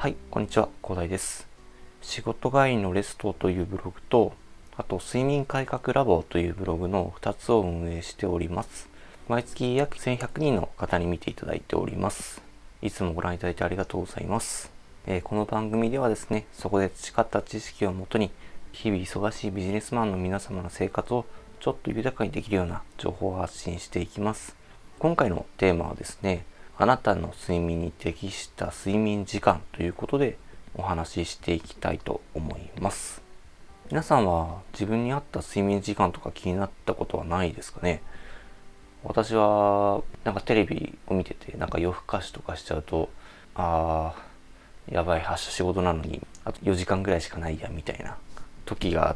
はい、こんにちは、広大です。仕事帰りのレストというブログと、あと睡眠改革ラボというブログの2つを運営しております。毎月約1100人の方に見ていただいております。いつもご覧いただいてありがとうございます。この番組ではですね、そこで培った知識をもとに、日々忙しいビジネスマンの皆様の生活をちょっと豊かにできるような情報を発信していきます。今回のテーマはですね、あなたの睡眠に適した睡眠時間ということでお話ししていきたいと思います。皆さんは自分に合った睡眠時間とか気になったことはないですかね。私はなんかテレビを見ててなんか夜更かしとかしちゃうと、やばい、明日仕事なのにあと4時間ぐらいしかないやみたいな時があって、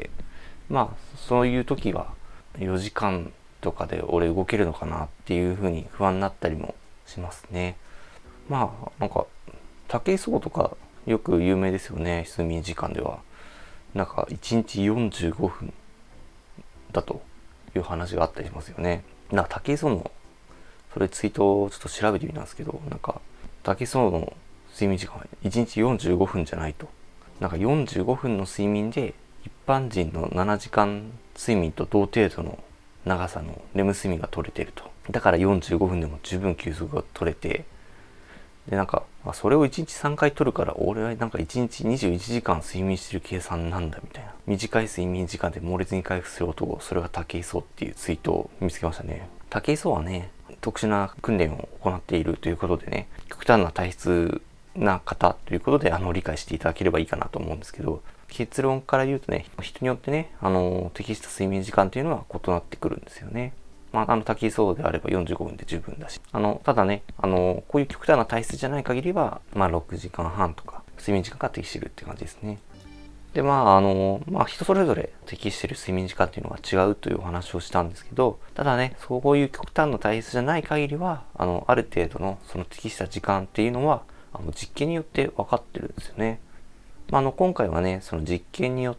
そういう時は4時間とかで俺動けるのかなっていう風に不安になったりもしますね。なんか武井壮とかよく有名ですよね。睡眠時間ではなんか1日45分だという話があったりしますよね。なんか武井壮のそれツイートをちょっと調べてみたんですけど、なんか武井壮の睡眠時間は1日45分じゃないと、なんか45分の睡眠で一般人の7時間睡眠と同程度の長さのレム睡眠が取れていると。だから45分でも十分休息が取れて、でなんかそれを1日3回取るから俺はなんか1日21時間睡眠してる計算なんだみたいな。短い睡眠時間で猛烈に回復する男、それが武井壮っていうツイートを見つけましたね。武井壮はね、特殊な訓練を行っているということでね、極端な体質な方ということで理解していただければいいかなと思うんですけど、結論から言うとね、人によってね、適した睡眠時間っていうのは異なってくるんですよね。滝そうであれば45分で十分だし、ただね、こういう極端な体質じゃない限りは、6時間半とか、睡眠時間が適してるって感じですね。で、人それぞれ適してる睡眠時間っていうのが違うというお話をしたんですけど、ただね、そういう極端な体質じゃない限りは、ある程度のその適した時間っていうのは、実験によって分かってるんですよね。今回はね、その実験によって、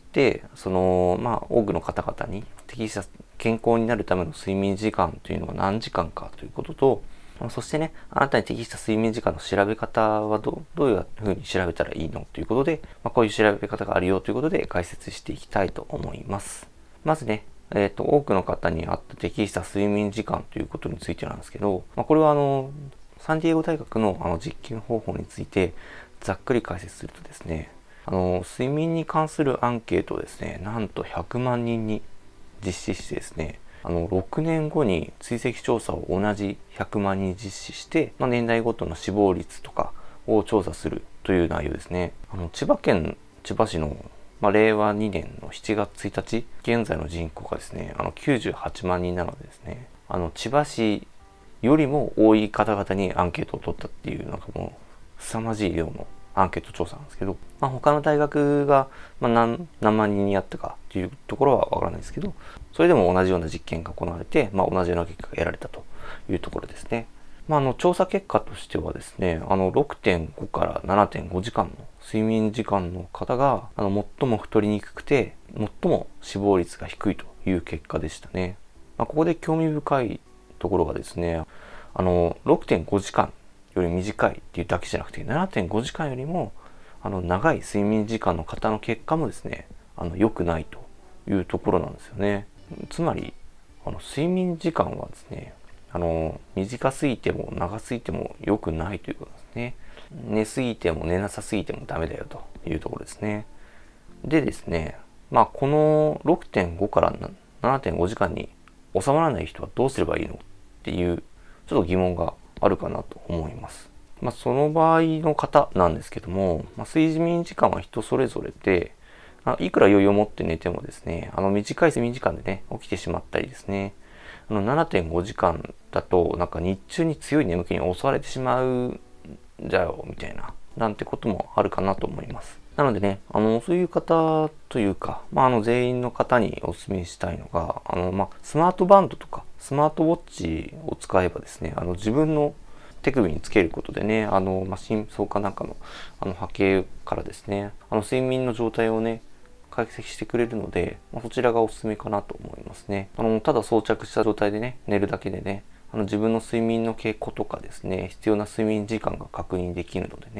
多くの方々に適した健康になるための睡眠時間というのが何時間かということと、そしてね、あなたに適した睡眠時間の調べ方はどういうふうに調べたらいいのということで、こういう調べ方があるよということで解説していきたいと思います。まずね、多くの方に合った適した睡眠時間ということについてなんですけど、これはサンディエゴ大学の実験方法についてざっくり解説するとですね、睡眠に関するアンケートをですね、なんと100万人に実施してですね、6年後に追跡調査を同じ100万人実施して、年代ごとの死亡率とかを調査するという内容ですね。千葉県千葉市の、令和2年の7月1日、現在の人口がですね、98万人なのでですね、千葉市よりも多い方々にアンケートを取ったっていう、なんかもう、凄まじい量のアンケート調査なんですけど、他の大学が、何万人にやったかっていうところはわからないですけど、それでも同じような実験が行われて、同じような結果が得られたというところですね。調査結果としてはですね、6.5 から7.5時間の睡眠時間の方が、最も太りにくくて、最も死亡率が低いという結果でしたね。ここで興味深いところがですね、6.5 時間より短いっていうだけじゃなくて 7.5 時間よりも長い睡眠時間の方の結果もですね良くないというところなんですよね。つまり睡眠時間はですね短すぎても長すぎても良くないということですね。寝すぎても寝なさすぎてもダメだよというところですね。でですね、この 6.5 から 7.5 時間に収まらない人はどうすればいいのっていうちょっと疑問があるかなと思います。その場合の方なんですけども、睡眠時間は人それぞれで、いくら余裕を持って寝てもですね、短い睡眠時間でね、起きてしまったりですね、7.5 時間だと、なんか日中に強い眠気に襲われてしまうんだよ、みたいな、なんてこともあるかなと思います。なのでね、そういう方というか、全員の方にお勧めしたいのが、スマートバンドとか、スマートウォッチを使えばですね、自分の手首につけることでね、深層かなんかの、波形からですね、睡眠の状態をね、解析してくれるので、そちらがおすすめかなと思いますね。ただ装着した状態でね、寝るだけでね、自分の睡眠の傾向とかですね、必要な睡眠時間が確認できるのでね、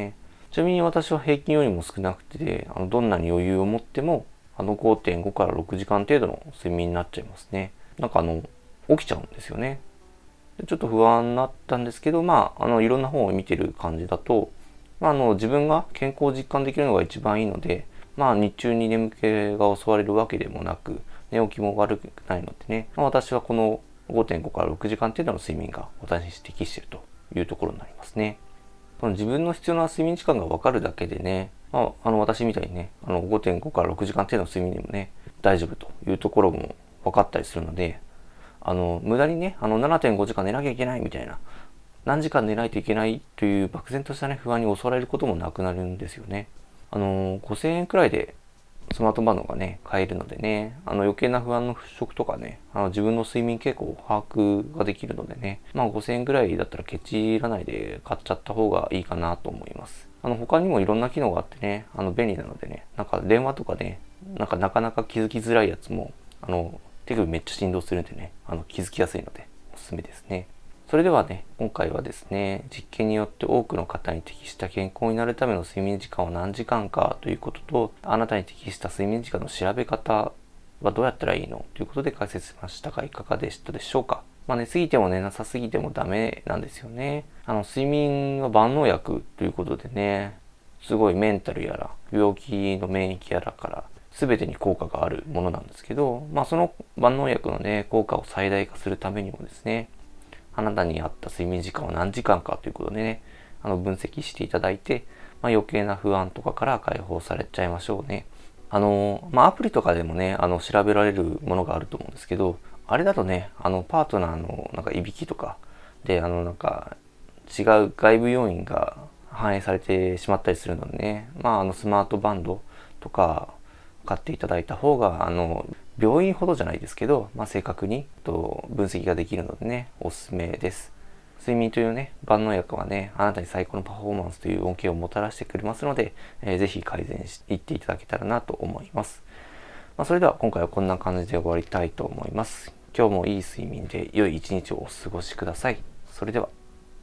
ちなみに私は平均よりも少なくて、どんなに余裕を持っても、5.5 から6時間程度の睡眠になっちゃいますね。起きちゃうんですよね。でちょっと不安になったんですけど、いろんな本を見てる感じだと、自分が健康を実感できるのが一番いいので、日中に眠気が襲われるわけでもなく、寝起きも悪くないのでね、私はこの 5.5 から6時間程度の睡眠が私に適しているというところになりますね。自分の必要な睡眠時間が分かるだけでね、私みたいにね、5.5 から6時間程度の睡眠でもね、大丈夫というところも分かったりするので、無駄にね、7.5 時間寝なきゃいけないみたいな、何時間寝ないといけないという漠然としたね、不安に襲われることもなくなるんですよね。5000円くらいでスマートバンドがね、買えるのでね、余計な不安の払拭とかね、自分の睡眠傾向を把握ができるのでね、5000円くらいだったらケチらないで買っちゃった方がいいかなと思います。他にもいろんな機能があってね、便利なのでね、電話とかね、なかなか気づきづらいやつも、手首めっちゃ振動するんでね、気づきやすいのでおすすめですね。それではね、今回はですね、実験によって多くの方に適した健康になるための睡眠時間は何時間かということと、あなたに適した睡眠時間の調べ方はどうやったらいいのということで解説しましたが、いかがでしたでしょうか。寝すぎても寝なさすぎてもダメなんですよね。睡眠は万能薬ということでね、すごいメンタルやら、病気の免疫やらから、全てに効果があるものなんですけど、その万能薬のね、効果を最大化するためにもですね、あなたに合った睡眠時間は何時間かということでね、分析していただいて、余計な不安とかから解放されちゃいましょうね。アプリとかでもね、調べられるものがあると思うんですけど、あれだとね、パートナーのいびきとかで、違う外部要因が反映されてしまったりするのでね、スマートバンドとか買っていただいた方が、病院ほどじゃないですけど、正確に分析ができるのでね、おすすめです。睡眠というね、万能薬はね、あなたに最高のパフォーマンスという恩恵をもたらしてくれますので、ぜひ改善していっていただけたらなと思います。それでは今回はこんな感じで終わりたいと思います。今日もいい睡眠で良い一日をお過ごしください。それでは。